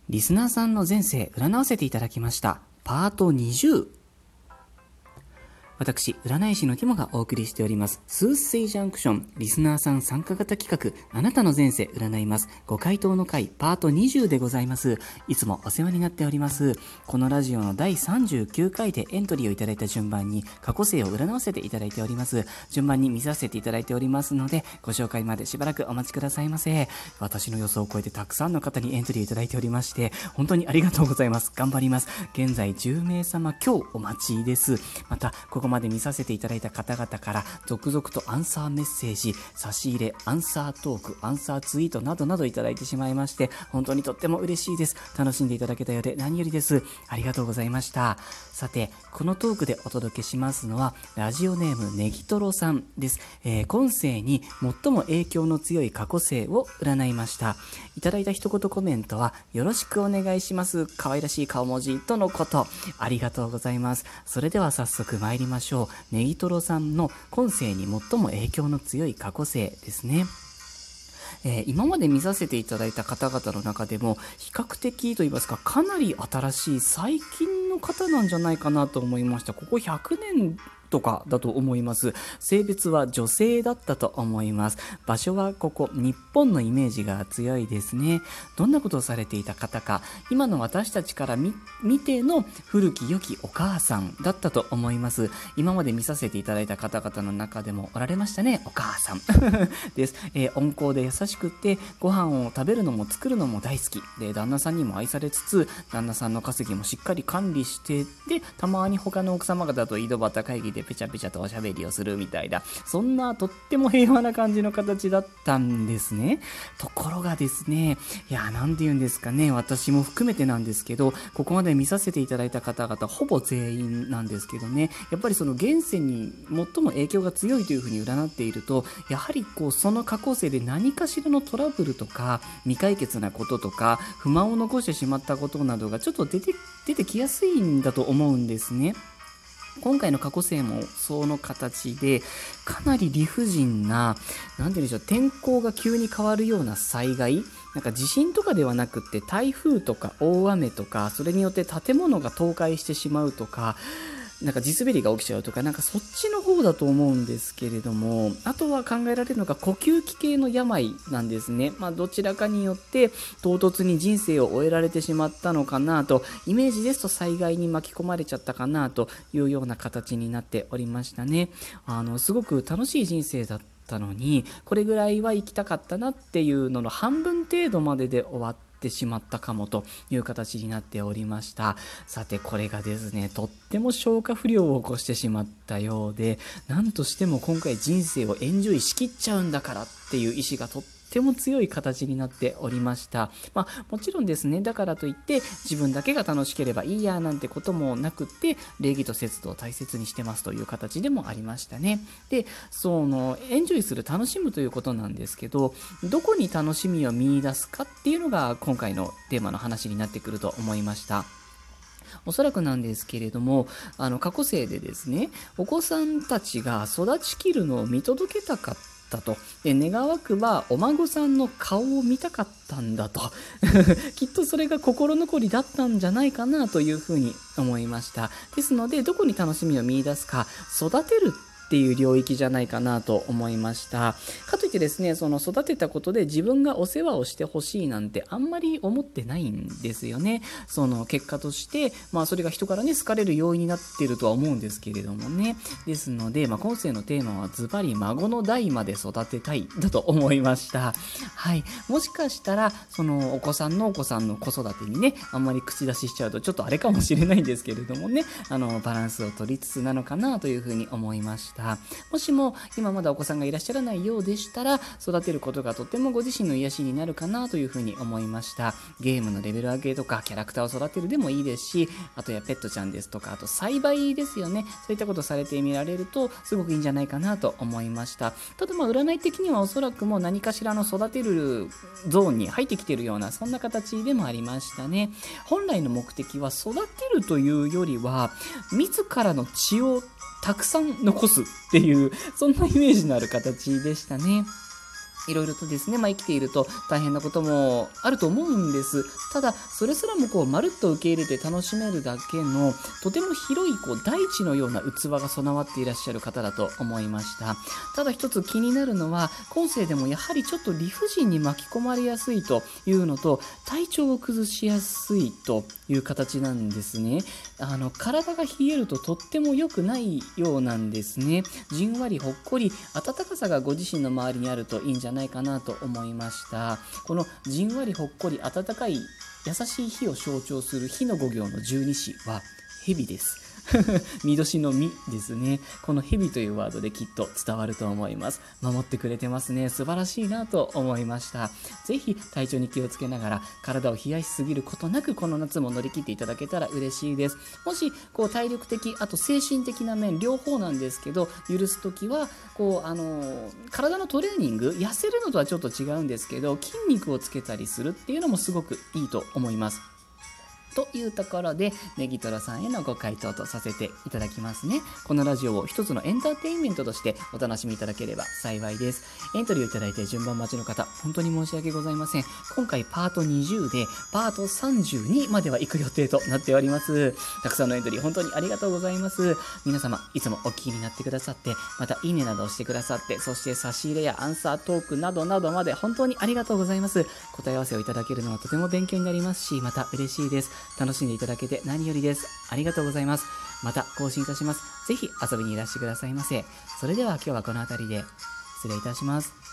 リスナーさんの前世占わせていただきましたパート20。私、占い師のキモがお送りしております、スーセイジャンクション、リスナーさん参加型企画、あなたの前世占います、ご回答の回、パート20でございます。いつもお世話になっております。このラジオの第39回でエントリーをいただいた順番に、過去世を占わせていただいております。順番に見させていただいておりますので、ご紹介までしばらくお待ちくださいませ。私の予想を超えてたくさんの方にエントリーいただいておりまして、本当にありがとうございます。頑張ります。現在10名様今日お待ちです。また、ここまで見させていただいた方々から続々とアンサーメッセージ、差し入れ、アンサートーク、アンサーツイートなどなどいただいてしまいまして、本当にとっても嬉しいです。楽しんでいただけたようで何よりです。ありがとうございました。さて、このトークでお届けしますのはラジオネームネギトロさんです。今世に最も影響の強い過去世を占いました。いただいた一言コメントは、よろしくお願いします、可愛らしい顔文字とのこと。ありがとうございます。それでは早速参りましょう。ネギトロさんの今世に最も影響の強い過去世ですね。今まで見させていただいた方々の中でも比較的といいますか、かなり新しい最近の方なんじゃないかなと思いました。ここ100年とかだと思います。性別は女性だったと思います。場所はここ日本のイメージが強いですね。どんなことをされていた方か、今の私たちから見ての古き良きお母さんだったと思います。今まで見させていただいた方々の中でもおられましたね、お母さんです。温厚で優しくて、ご飯を食べるのも作るのも大好きで、旦那さんにも愛されつつ、旦那さんの稼ぎもしっかり管理してで、たまに他の奥様方と井戸端会議でペチャペチャとおしゃべりをするみたいな、そんなとっても平和な感じの形だったんですね。ところがですね、なんて言うんですかね、私も含めてなんですけど、ここまで見させていただいた方々ほぼ全員なんですけどね、やっぱりその現世に最も影響が強いというふうに占っていると、やはりその過去世で何かしらのトラブルとか未解決なこととか不満を残してしまったことなどがちょっと出てきやすいんだと思うんですね。今回の過去世もその形で、かなり理不尽な、なんて言うんでしょう、天候が急に変わるような災害、なんか地震とかではなくって台風とか大雨とか、それによって建物が倒壊してしまうとか、なんか地滑りが起きちゃうとか、なんかそっちの方だと思うんですけれども、あとは考えられるのが呼吸器系の病なんですね。どちらかによって唐突に人生を終えられてしまったのかなと、イメージですと災害に巻き込まれちゃったかなというような形になっておりましたね。すごく楽しい人生だったのに、これぐらいは生きたかったなっていうのの半分程度までで終わってしまったかもという形になっておりました。さて、これがですね、とっても消化不良を起こしてしまったようで、何としても今回人生をエンジョイしきっちゃうんだからっていう意志がとっても強い形になっておりました。もちろんですね、だからといって自分だけが楽しければいいやなんてこともなくって、礼儀と節度を大切にしてますという形でもありましたね。で、エンジョイする、楽しむということなんですけど、どこに楽しみを見出すかっていうのが今回のテーマの話になってくると思いました。おそらくなんですけれども、過去世でですね、お子さんたちが育ちきるのを見届けたかったと。で、願わくばお孫さんの顔を見たかったんだときっとそれが心残りだったんじゃないかなというふうに思いました。ですので、どこに楽しみを見出すか、育てるっていう領域じゃないかなと思いました。かといってですね、その育てたことで自分がお世話をしてほしいなんてあんまり思ってないんですよね。その結果として、それが人からね好かれる要因になっているとは思うんですけれどもね。ですので、今世のテーマはズバリ孫の代まで育てたいだと思いました。はい。もしかしたらそのお子さんの子育てにね、あんまり口出ししちゃうとちょっとあれかもしれないんですけれどもね、バランスを取りつつなのかなというふうに思いました。もしも今まだお子さんがいらっしゃらないようでしたら、育てることがとってもご自身の癒しになるかなというふうに思いました。ゲームのレベル上げとかキャラクターを育てるでもいいですし、あとペットちゃんですとか、あと栽培ですよね。そういったことされてみられるとすごくいいんじゃないかなと思いました。ただ占い的にはおそらくもう何かしらの育てるゾーンに入ってきているような、そんな形でもありましたね。本来の目的は育てるというよりは、自らの血をたくさん残すっていう、そんなイメージのある形でしたね。 いろいろとですね、生きていると大変なこともあると思うんです。ただ、それすらもまるっと受け入れて楽しめるだけの、とても広い大地のような器が備わっていらっしゃる方だと思いました。ただ一つ気になるのは、今世でもやはりちょっと理不尽に巻き込まれやすいというのと、体調を崩しやすいという形なんですね。体が冷えるととっても良くないようなんですね。じんわりほっこり暖かさがご自身の周りにあるといいんじゃないかなと思いました。このじんわりほっこり暖かい優しい火を象徴する火の五行の十二支は蛇です。見年の実ですね。この蛇というワードできっと伝わると思います。守ってくれてますね。素晴らしいなと思いました。ぜひ体調に気をつけながら体を冷やしすぎることなくこの夏も乗り切っていただけたら嬉しいです。もし体力的あと精神的な面両方なんですけど許すときは体のトレーニング痩せるのとはちょっと違うんですけど筋肉をつけたりするっていうのもすごくいいと思います。というところでネギトロさんへのご回答とさせていただきますね。このラジオを一つのエンターテインメントとしてお楽しみいただければ幸いです。エントリーをいただいて順番待ちの方本当に申し訳ございません。今回パート20でパート32までは行く予定となっております。たくさんのエントリー本当にありがとうございます。皆様いつもお聞きになってくださってまたいいねなどをしてくださってそして差し入れやアンサートークなどなどまで本当にありがとうございます。答え合わせをいただけるのはとても勉強になりますしまた嬉しいです。楽しんでいただけて何よりです。ありがとうございます。また更新いたします。ぜひ遊びにいらしてくださいませ。それでは今日はこの辺りで失礼いたします。